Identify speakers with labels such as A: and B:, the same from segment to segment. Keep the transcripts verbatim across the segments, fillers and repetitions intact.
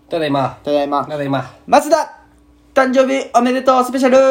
A: ただいま
B: ただいま
A: ただいま
B: 松田誕生日おめでとうスペシャル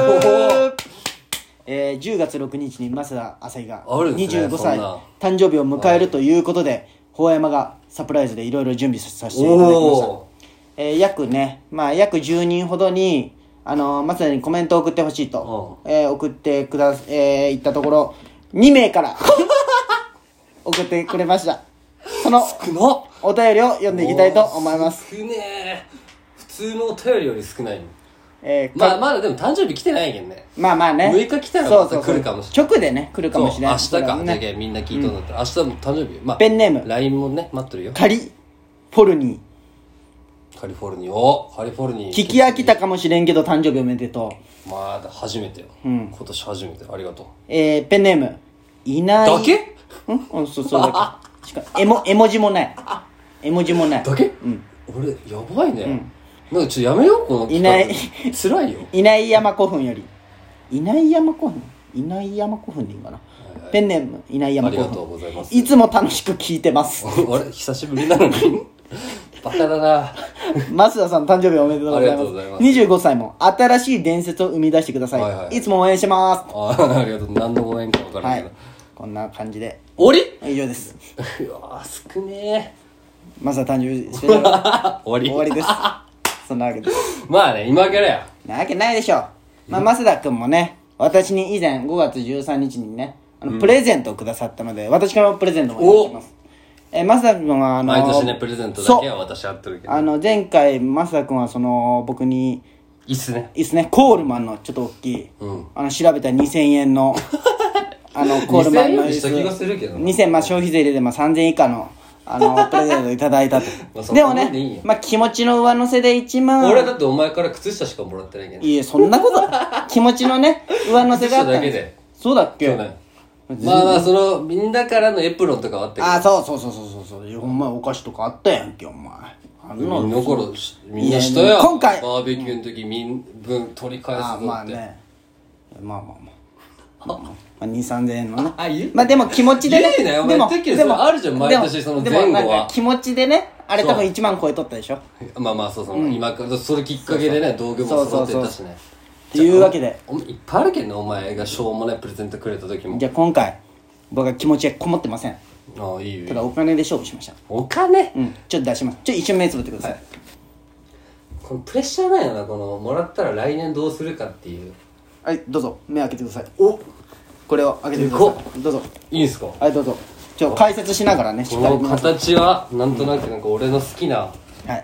B: えー、じゅうがつろくにちに増田朝日がにじゅうごさい誕生日を迎えるということで、法山がサプライズでいろいろ準備させていただきました。えー、約ね、まあ約じゅうにんほどにあのー、増田にコメントを送ってほしいと、えー、送ってくだえー、言ったところにめいから送ってくれました。そのお便りを読んでいきたいと思います。
A: 少ねえ、普通のお便りより少ないの。
B: えー、
A: まあまだでも誕生日来てないけんね。
B: まあまあね、
A: むいか来たらまた来るかもしれない。
B: 直でね来るかもしれない。
A: 明日か、ね、じゃあみんな聞いとんだったら、うん、明日も誕生日、まあ、
B: ペンネーム
A: ライン もね待ってるよ。
B: カリフォルニ
A: ーカリフォルニーおカリフォルニー
B: 聞き飽きたかもしれんけど誕生日おめでと
A: う。まだ初めてよ、うん、今年初めてありがとう。
B: えー、ペンネームいない
A: だけ
B: うんうんそうそうだけしか絵も絵文字もない絵文字もない
A: だけ。うん俺やばいね、うんなんかちょっとやめようこの
B: いない
A: 辛いよ。
B: いない山古墳よりいない山古墳いない山古墳でいいかな、はいはい、ペンネームいない山古墳。
A: ありがとうございます。
B: いつも楽しく聞いてます
A: あれ久しぶりなのにバカだな
B: 増田さん誕生日おめでとうございます。ありがとうございます。にじゅうごさいも新しい伝説を生み出してください、はいはい、いつも応援してます。
A: あ, ありがとう。何の応援か分からないけど、はい、
B: こんな感じで
A: 終わり。
B: 以上です。
A: うわ少ね
B: え増田誕生日スペシャル終
A: わり
B: 終わりですそんなわけで
A: まあね今からや
B: なわけないでしょ。まあ増田くんもね私に以前ごがつじゅうさんにちにねあの、うん、プレゼントをくださったので私からもプレゼントをお願いします。え増田くんはあの
A: 毎年ねプレゼントだけは私あってるけど、
B: あの前回増田くんはその僕に
A: 椅子ね
B: 椅子ねコールマンのちょっと大きい、うん、あの調べたらにせんえんのあのコールマンの椅子
A: にせんえんよりした気がするけど
B: にせんまあ消費税入れてまあさんぜんえん以下のあのプレゼントいただいたとまあでもねまあ気持ちの上乗せでいちまん。
A: 俺だってお前から靴下しかもらってないけど。
B: いやそんなこと気持ちのね上乗せがあった
A: 靴下だけで。
B: そうだっけ。
A: ね、まあまあそのみんなからのエプロンとかあったけど。
B: ああそうそうそうそうそうそうお前お菓子とかあったやんけお前
A: あんなみんなからみんなしたやん。今回バーベキューの時みん分取り返すぞって。
B: あまあねまあまあまあまあ、に、さんぜんえんのね。
A: あ、言う
B: まあでも気持ちでね。
A: 言うなよ、お前言ったけど、でもあるじゃん、毎年その前後は。
B: 気持ちでね、あれ多分いちまん超えとったでしょ。
A: まあまあ、そうそう、うん、今から、それきっかけでね、道具も揃ってたしね。
B: っていうわけで。
A: いっぱいあるけんね、お前がしょうもないプレゼントくれた時も。
B: じゃあ今回、僕は気持ちがこもってません。
A: ああ、いいよ。
B: ただお金で勝負しました。
A: お金
B: うん、ちょっと出します。ちょっと一瞬目つぶってください。はい、
A: このプレッシャーないよな、この、もらったら来年どうするかっていう。
B: はい、どうぞ、目開けてください。おこれを開けてください。どうぞ。
A: いいんすか。
B: はいどうぞ。ちょ解説しながらね。
A: この形はなんとなくなんか俺の好きな。はい。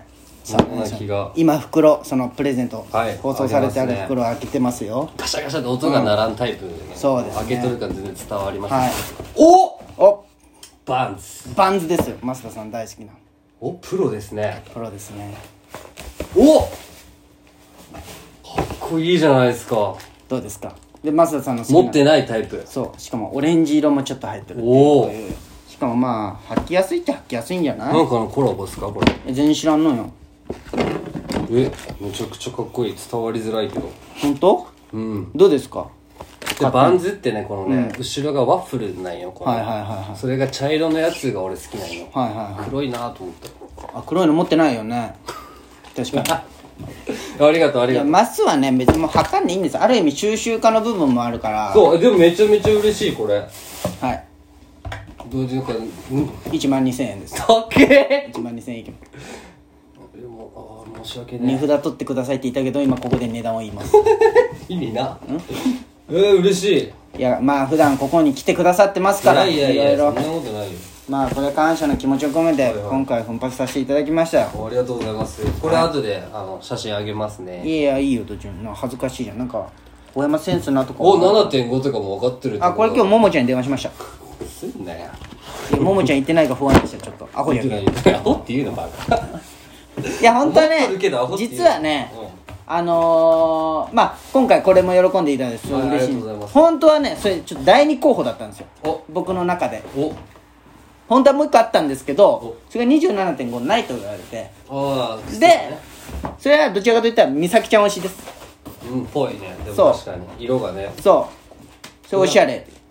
A: そんな気が。
B: 今袋そのプレゼント、はい、放送されてある袋を開けてますよ。
A: ガシャガシャって音が鳴らんタイプでね。
B: そうですね。
A: 開けとるから全然伝わります。
B: はい。おお。
A: バンズ。
B: バンズですよ。増田さん大好きな。
A: おプロですね。
B: プロですね。
A: お。かっこいいじゃないですか。
B: どうですか。で増田さんの好き
A: な持ってないタイプ。
B: そうしかもオレンジ色もちょっと入ってるっていう。おおしかもまあ履きやすいっちゃ履きやすいんじゃない。
A: なんかのコラボですかこれ。
B: 全然知らんのよ。
A: えめちゃくちゃかっこいい。伝わりづらいけど
B: 本当。うんどうですか。
A: でバンズってねこのね、うん、後ろがワッフルなんよこの、
B: はいはいはいはい、そ
A: れが茶色のやつが俺好きなんよ。
B: はいはいはい。
A: 黒いなと思って。
B: あ黒いの持ってないよね確かに
A: ありがとうありがとう。
B: マスはね別にもう測んでいいんです。ある意味収集家の部分もあるから。
A: そうでもめちゃめちゃ嬉しいこれ。
B: はい
A: どういうか、
B: うん、いちまんにせんえんです。
A: 高え
B: いちまんにせんえんいきます。
A: でもあ申し訳ない。
B: 値札取ってくださいって言ったけど今ここで値段を言います
A: 意味な。えー、嬉し
B: い。いやまあ普段ここに来てくださってますから。
A: いやいやいやそんなことないよ。
B: まあこれ感謝の気持ちを込めて今回奮発させていただきましたよ。
A: ありがとうございます。これ後であの写真あげますね。
B: いやいやいいよ途中なんか恥ずかしいじゃんなんか小山センスなとこ。
A: お ななてんご とかも分かってるってこと。
B: あこれ今日ももちゃんに電話しました。
A: すんなよ。
B: いやももちゃん言ってないか不安でしたちょっとアホじゃん。
A: アホって言うのバカ。
B: いや本当はね実はね、うん、あのー、まあ今回これも喜んでいただいてすごい嬉しいんです。本当はねそれちょっとだいに候補だったんですよ僕の中で。お本当はもう一個あったんですけどそれが にじゅうななてんご ないと言われて。あで、ね、それはどちらかといったら美咲ちゃん推しです。
A: うんぽいね。でも確かに色がね
B: そうそれおしゃれ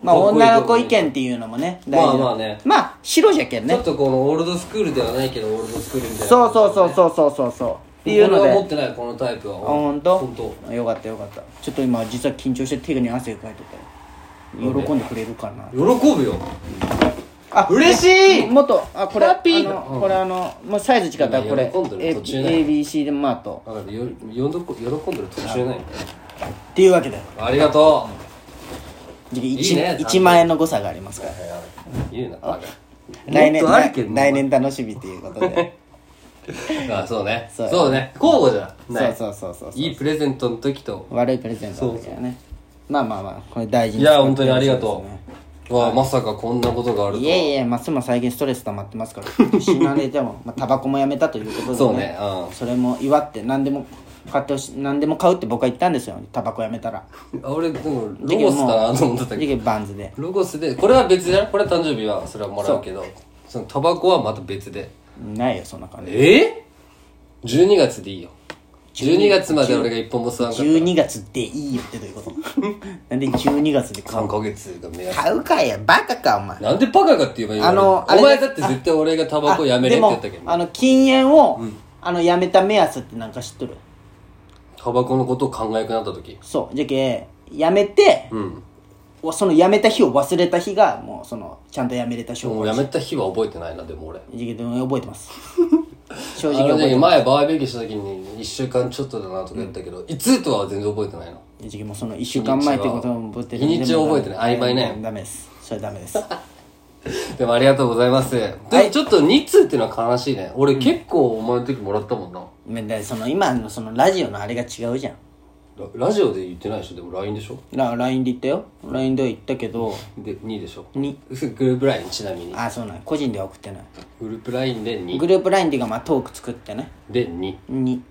B: まあ女の子意見っていうのもね
A: まあまあね
B: まあ白じゃけんね
A: ちょっとこのオールドスクールではないけどオールドスクールみたいな、ね、
B: そうそうそうそうそうそうそうっていうので
A: 俺は持ってないこのタイプは。あ
B: ほんと
A: ほんと
B: よかったよかった。ちょっと今実は緊張して手に汗がかいとったよ。喜んでくれるかな。
A: 喜ぶよ。
B: あ
A: 嬉しい。
B: もっとあこれ
A: ハッピー
B: あの、うん、これあのもうサイズ違ったらこれ エービーシー でマート
A: だからよよどこ喜んでる途中ない
B: っていうわけだよ。
A: ありがと
B: う。いいね、いちまん円の誤差がありますから。
A: いいなバカ。
B: 来年来年楽しみということで。
A: あそうねそうそうね交互じゃない
B: そうそうそうそう
A: いいプレゼントの時と
B: 悪いプレゼントの時はねまあまあまあこれ大事に
A: いや本当にありがとう。わあまさかこんなことがあるとは。
B: いえいえますも最近ストレス溜まってますから死なれてもまあタバコもやめたということで、ね、
A: そうね、うん、
B: それも祝って何でも買ってほしい何でも買うって僕は言ったんですよタバコやめたら。
A: あ俺でもロゴスかなと思ってたけど
B: バンズで
A: ロゴスでこれは別じゃんこれは誕生日はそれはもらうけどそのタバコはまた別で
B: ないよそんな感じ。
A: えーじゅうにがつでいいよ。じゅうにがつまで俺が一本も吸わんかった。
B: じゅうにがつでいいよってどういうことなんでじゅうにがつで買う
A: さんかげつが目安。
B: 買うかいやバカかお前。
A: なんでバカかって言えばいいの。
B: あの
A: お前だって絶対俺がタバコやめれって言ったけど。
B: あの禁煙を、うん、あのやめた目安ってなんか知っとる。
A: タバコのことを考えなくなった時。
B: そうじゃけやめて、うん、そのやめた日を忘れた日がもうそのちゃんとやめれた証拠。
A: もうやめた日は覚えてないなでも俺。
B: じゃけ覚えてます。正
A: 直覚えてます。前バーベキューした時にいっしゅうかんちょっとだなとか言ったけど、うん、いつとは全然覚えてないの。
B: じゃけもうそのいっしゅうかんまえってことも覚えて
A: る。日にちを覚えてない曖昧ね。
B: ダメです。それダメです。
A: でもありがとうございます。でもちょっとに通っていうのは悲しいね。俺結構お前の時もらったもんな。
B: うん、でその今のそのラジオのあれが違うじゃん。
A: ラ, ラジオで言ってないでしょ。でも ライン でしょ。
B: ラ ライン で言ったよ。 ライン では言ったけど
A: でにでしょ。
B: に
A: グループ ライン ちなみに。
B: あそうなん個人では送ってない。
A: グループ ライン でに。
B: グループ ライン っていうかまあトーク作ってね
A: でに
B: に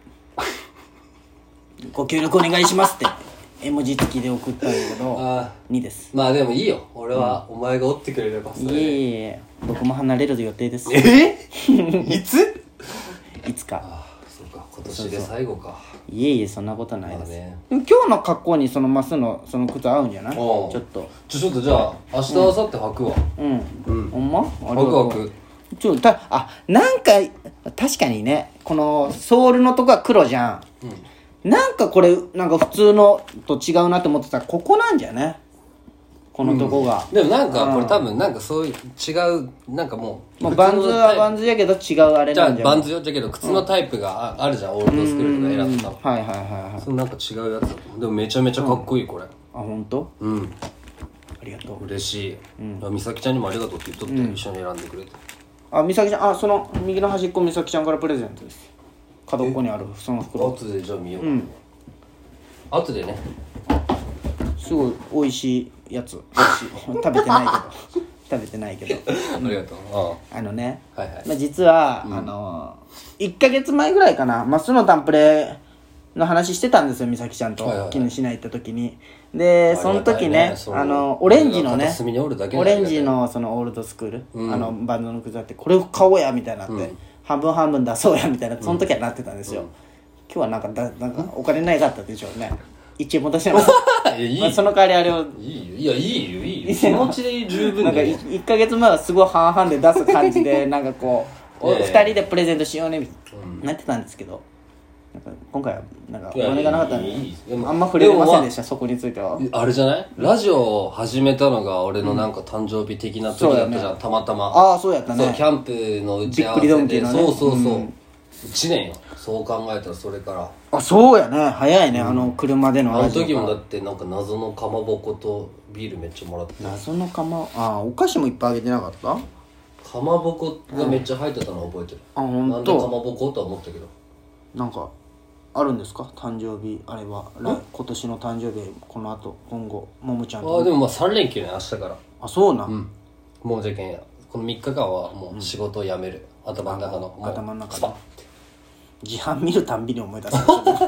B: ご協力お願いしますって絵文字付きで送ったんだけどあにです。
A: まあでもいいよ俺は、うん、お前がおってくれればそれで。
B: いえいえ僕も離れる予定です。
A: えいつ
B: いつか。
A: あそうか今年で最後か。そうそう
B: いえいえそんなことないです、ね、今日の格好にそのマスのその靴合うんじゃない。ちょっと
A: ちょちょっとじゃあ明日明後日履くわ。
B: うん、うん、ほんま
A: 履く履く
B: ちょたあなんか確かにねこのソールのとこは黒じゃん、うん、なんかこれなんか普通のと違うなと思ってたらここなんじゃねこのとこが、
A: うん、でもなんかこれ多分なんかそういう違うなんかもう、
B: まあ、バンズはバンズやけど違うあれなんじゃん。
A: じゃあバンズよじゃけど靴のタイプが あ,、うん、あるじゃんオールドスクールとか選んだの。
B: はいはいはいはい
A: そのなんか違うやつでもめちゃめちゃかっこいいこれ、うん、
B: あ本当？
A: うん
B: ありがとう
A: 嬉しい、うん、美咲ちゃんにもありがとうって言っとって、うん、一緒に選んでくれて。
B: あ美咲ちゃんあその右の端っこ美咲ちゃんからプレゼントです。角っこにあるその袋。
A: 後でじゃあ見よう、うん、後でね
B: すごい美味しいやつ食べてないけど食べてないけど
A: ありがとう。あ,
B: あのね、
A: はいはい
B: まあ、実は、うん、あのいっかげつまえぐらいかなマスのタンプレの話してたんですよ美咲ちゃんと絹しない行った時に。でその時ねあのオレンジのねオレンジのそのオールドスクール、うん、あのバンドの靴あってこれを買おうやみたいになって、うん、半分半分出そうやみたいなその時はなってたんですよ、うん、今日はなんかだなんかお金ないかったでしょうねいちえん戻してますいい、まあ、その代わりあれを
A: いいよいやいいよいいよ気持ちで十分で
B: なんかいっかげつまえはすごい半々で出す感じでなんかこうふたりでプレゼントしようねみたいな、うん、なってたんですけどなんか今回はなんかお金がなかったんであんま触れませんでした、まあ、そこについては。
A: あれじゃないラジオを始めたのが俺のなんか誕生日的な時だったじゃん、うんね、たまたま。
B: ああそうやったね。
A: そうキャンプの打ち合わせでびっくりドンキーのねそうそうそう、うん、いちねんよそう考えたらそれから
B: あそうやね早いね、うん、あの車での
A: ラジオあの時もだってなんか謎のかまぼことビールめっちゃもらって
B: 謎のかまあお菓子もいっぱいあげてなかった。
A: かまぼこがめっちゃ入ってたの覚えてる、うん、あほんとなんでかまぼことは思ったけど
B: なんかあるんですか誕生日あれは今年の誕生日この後今後ももちゃんと。
A: あでもまあさん連休ね明日から。
B: あそうなん、
A: うん、もうじゃけんやこのみっかかんはもう仕事を辞める、うん、頭の中の
B: 頭の中で自販見るたんびに思い出す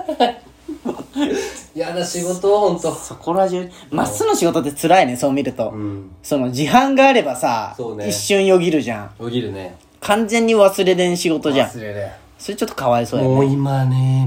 A: やだ仕事はほんと
B: そこら中まっすぐの仕事って辛いねそう見ると、うん、その自販があればさ、ね、一瞬よぎるじゃん。
A: よぎるね。
B: 完全に忘れれん仕事じゃん。
A: 忘れれん。
B: それちょっとかわいそうやね。
A: もう今ねもう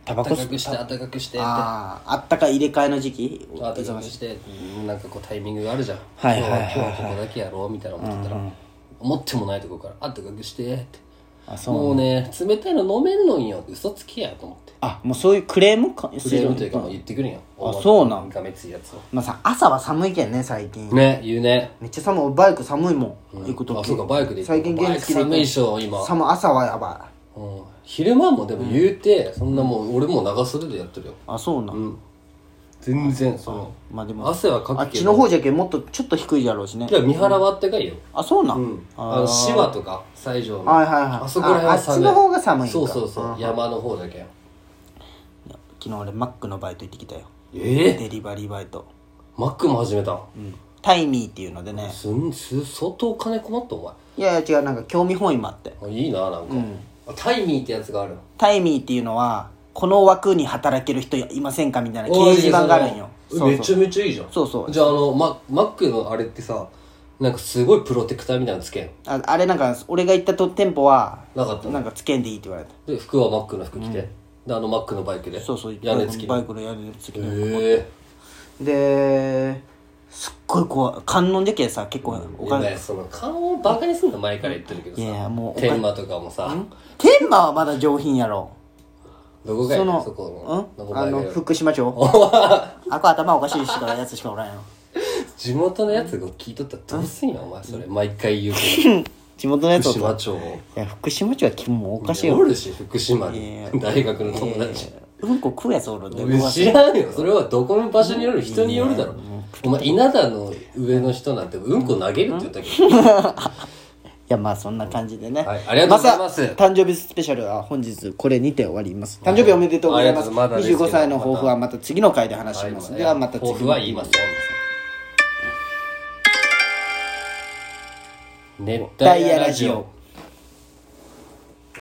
B: タバコ
A: 暖かくして暖かくしてって
B: あああったかい入れ替えの時期
A: 暖かくしてなんかこうタイミングがあるじゃん、
B: はいはいはいはい、
A: 今日は今日はここだけやろうみたいな思ってたら、うんうん、思ってもないとこから暖かくしてって
B: あそう
A: もうね冷たいの飲めんのんよ嘘つきやと思って、
B: あもうそういうクレームか
A: クレームというかもう言ってくるんよ、
B: あそうなん
A: がめついやつを
B: まあさ朝は寒いけんね最近
A: ね言うね
B: めっちゃ寒いバイク寒いもん、
A: うん、
B: 行くとき
A: あそうかバイクで行く
B: 最近
A: バイク寒いでしょ今
B: 寒朝はやば
A: い、うん、昼間もでも言うて、うん、そんなもう俺も長袖でやってるよ
B: あそうなん、
A: うん、全然その
B: まあでも
A: 汗はかくけど
B: あっちの方じゃけもっとちょっと低いやろうしね
A: いや三原はあったかいよ、
B: あそうなん、
A: うん、あの芝とか西条の
B: はいはいはい
A: あそこら辺は寒い
B: あっちの方が寒いんか
A: そうそうそう山の方だけ
B: 昨日俺マックのバイト行ってきたよ
A: え
B: えー、デリバリーバイト
A: マックも始めたん、
B: うん、タイミーっていうのでね
A: すんす相当金困ったお前
B: いやいや違うなんか興味本位もあって
A: いいななんか、うん、タイミーってやつがある
B: タイミーっていうのはこの枠に働ける人いませんかみたいな掲示板があるんよ
A: そうそうめちゃめちゃいいじゃん
B: そうそう
A: じゃああのママックのあれってさなんかすごいプロテクターみたいなのつけん
B: ああれなんか俺が行ったと店舗は
A: なかった
B: なんかつけんでいいって言われた
A: で服はマックの服着て、うん、であのマックのバイクで
B: そうそう
A: 屋根付き
B: バイクの屋根付きの
A: へ
B: えですっごいこう観音じゃけさ結構
A: お金、うん、その観音バカにすんの前から言ってるけどさ
B: いやもう
A: 天満とかもさ
B: 天満はまだ上品やろ
A: どこがや
B: その
A: そこの、
B: うん、あの福島町あこ頭おかしいしかやつしかおらんよ
A: 地元のやつが聞いとったらどうすんやお前それ毎回言うけど
B: 地元のやつ
A: 福島町
B: いや福島町は気もおかしいよ
A: おるし福島に大学の友達
B: うんこ食うやつおるんで
A: 知らんよそれはどこの場所による人によるだろお前稲田の上の人なんてうんこ投げるって言ったけど
B: いやまあそんな感じでね、
A: はい、ありがとうございます、
B: ま、誕生日スペシャルは本日これにて終わります、はい、誕生日おめでとうございます、ま、にじゅうごさいの抱負はまた次の回で話します、はい、ではまた次の
A: 抱負は言います熱帯夜ラジオ